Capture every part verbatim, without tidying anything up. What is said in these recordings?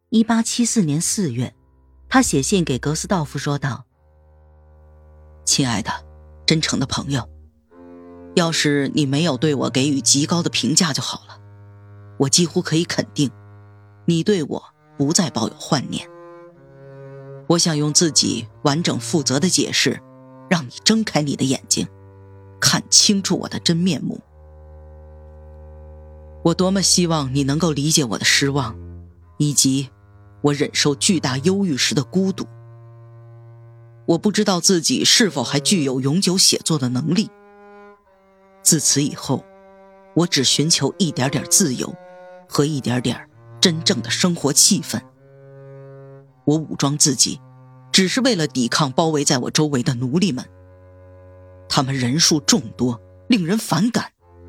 一八七四年四月，他写信给格斯道夫说道：亲爱的真诚的朋友，要是你没有对我给予极高的评价就好了，我几乎可以肯定你对我不再抱有幻念。我想用自己完整负责的解释让你睁开你的眼睛，看清楚我的真面目。我多么希望你能够理解我的失望，以及我忍受巨大忧郁时的孤独。我不知道自己是否还具有永久写作的能力。自此以后，我只寻求一点点自由和一点点真正的生活气氛。我武装自己，只是为了抵抗包围在我周围的奴隶们。他们人数众多，令人反感。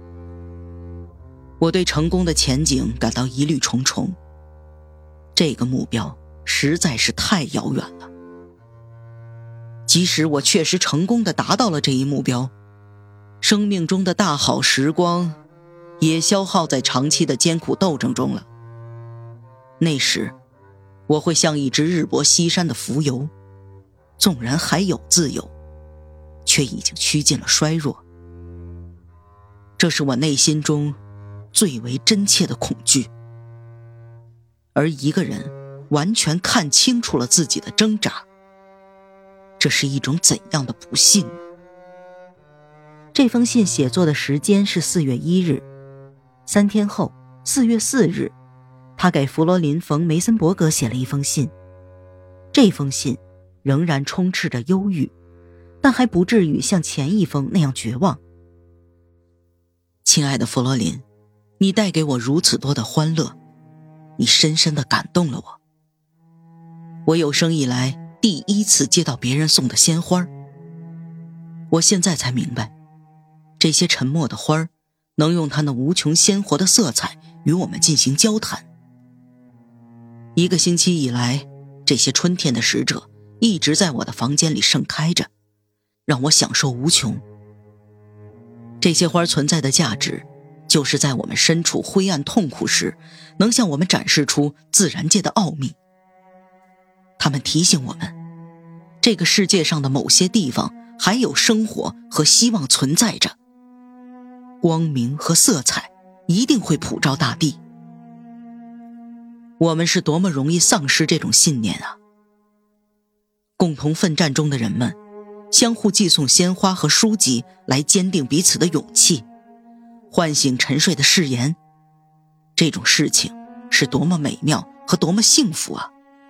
我对成功的前景感到疑虑重重。这个目标实在是太遥远了。即使我确实成功地达到了这一目标，生命中的大好时光也消耗在长期的艰苦斗争中了。那时我会像一只日薄西山的蜉蝣，纵然还有自由，却已经趋近了衰弱。这是我内心中最为真切的恐惧。而一个人完全看清楚了自己的挣扎，这是一种怎样的不幸？这封信写作的时间是四月一日，三天后，四月四日，他给弗罗林·冯·梅森伯格写了一封信。这封信仍然充斥着忧郁，但还不至于像前一封那样绝望。亲爱的弗罗林，你带给我如此多的欢乐，你深深地感动了我。我有生以来第一次接到别人送的鲜花，我现在才明白，这些沉默的花能用它那无穷鲜活的色彩与我们进行交谈。一个星期以来，这些春天的使者一直在我的房间里盛开着，让我享受无穷。这些花存在的价值，就是在我们身处灰暗痛苦时，能向我们展示出自然界的奥秘。它们提醒我们，这个世界上的某些地方还有生活和希望存在着，光明和色彩一定会普照大地。我们是多么容易丧失这种信念啊！共同奋战中的人们相互寄送鲜花和书籍来坚定彼此的勇气，唤醒沉睡的誓言。这种事情是多么美妙和多么幸福啊！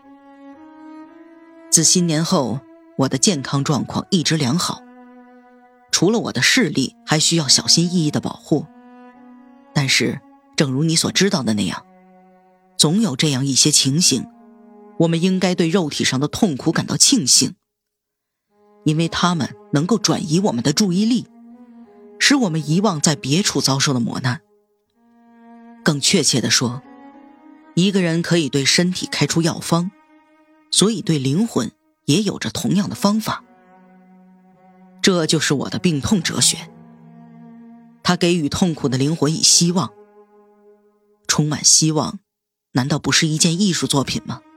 自新年后，我的健康状况一直良好，除了我的视力还需要小心翼翼的保护。但是正如你所知道的那样，总有这样一些情形，我们应该对肉体上的痛苦感到庆幸，因为它们能够转移我们的注意力，使我们遗忘在别处遭受的磨难。更确切地说，一个人可以对身体开出药方，所以对灵魂也有着同样的方法。这就是我的病痛哲学，它给予痛苦的灵魂以希望。充满希望，难道不是一件艺术作品吗？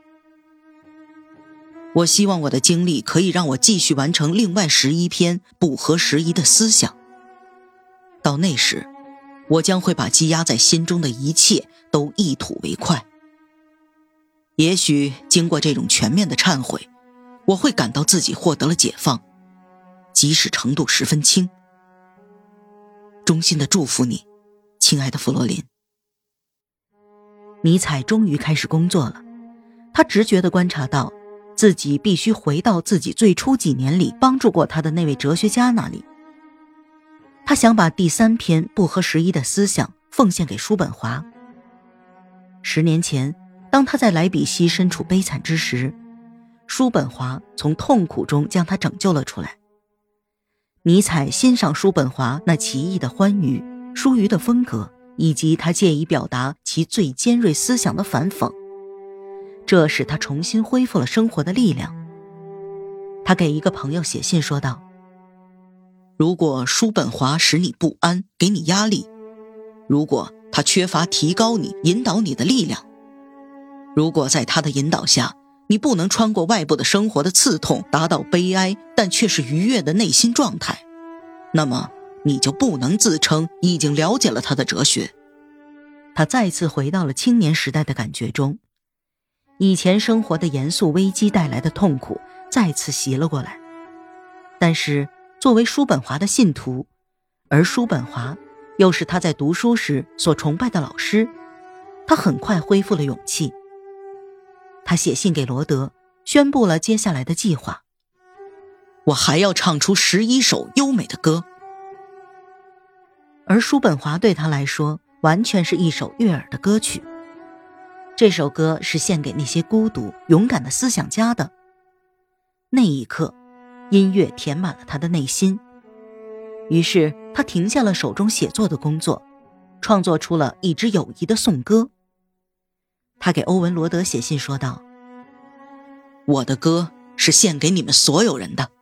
我希望我的经历可以让我继续完成另外十一篇不合时宜的思想。到那时，我将会把积压在心中的一切都一吐为快。也许经过这种全面的忏悔，我会感到自己获得了解放，即使程度十分轻。衷心的祝福你，亲爱的弗罗林。尼采终于开始工作了，他直觉地观察到自己必须回到自己最初几年里帮助过他的那位哲学家那里。他想把第三篇不合时宜的思想奉献给叔本华。十年前，当他在莱比锡身处悲惨之时，叔本华从痛苦中将他拯救了出来。尼采欣赏叔本华那奇异的欢愉、疏于的风格，以及他借以表达其最尖锐思想的反讽，这使他重新恢复了生活的力量。他给一个朋友写信说道：如果叔本华使你不安，给你压力，如果他缺乏提高你、引导你的力量， 如果在他的引导下，你不能穿过外部的生活的刺痛，达到悲哀但却是愉悦的内心状态，那么你就不能自称已经了解了他的哲学。他再次回到了青年时代的感觉中，以前生活的严肃危机带来的痛苦再次袭了过来。但是作为叔本华的信徒，而叔本华又是他在读书时所崇拜的老师，他很快恢复了勇气。他写信给罗德，宣布了接下来的计划。我还要唱出十一首优美的歌。而叔本华对他来说，完全是一首悦耳的歌曲。这首歌是献给那些孤独、勇敢的思想家的。那一刻，音乐填满了他的内心。于是他停下了手中写作的工作，创作出了一支友谊的颂歌。他给欧文·罗德写信说道：我的歌是献给你们所有人的。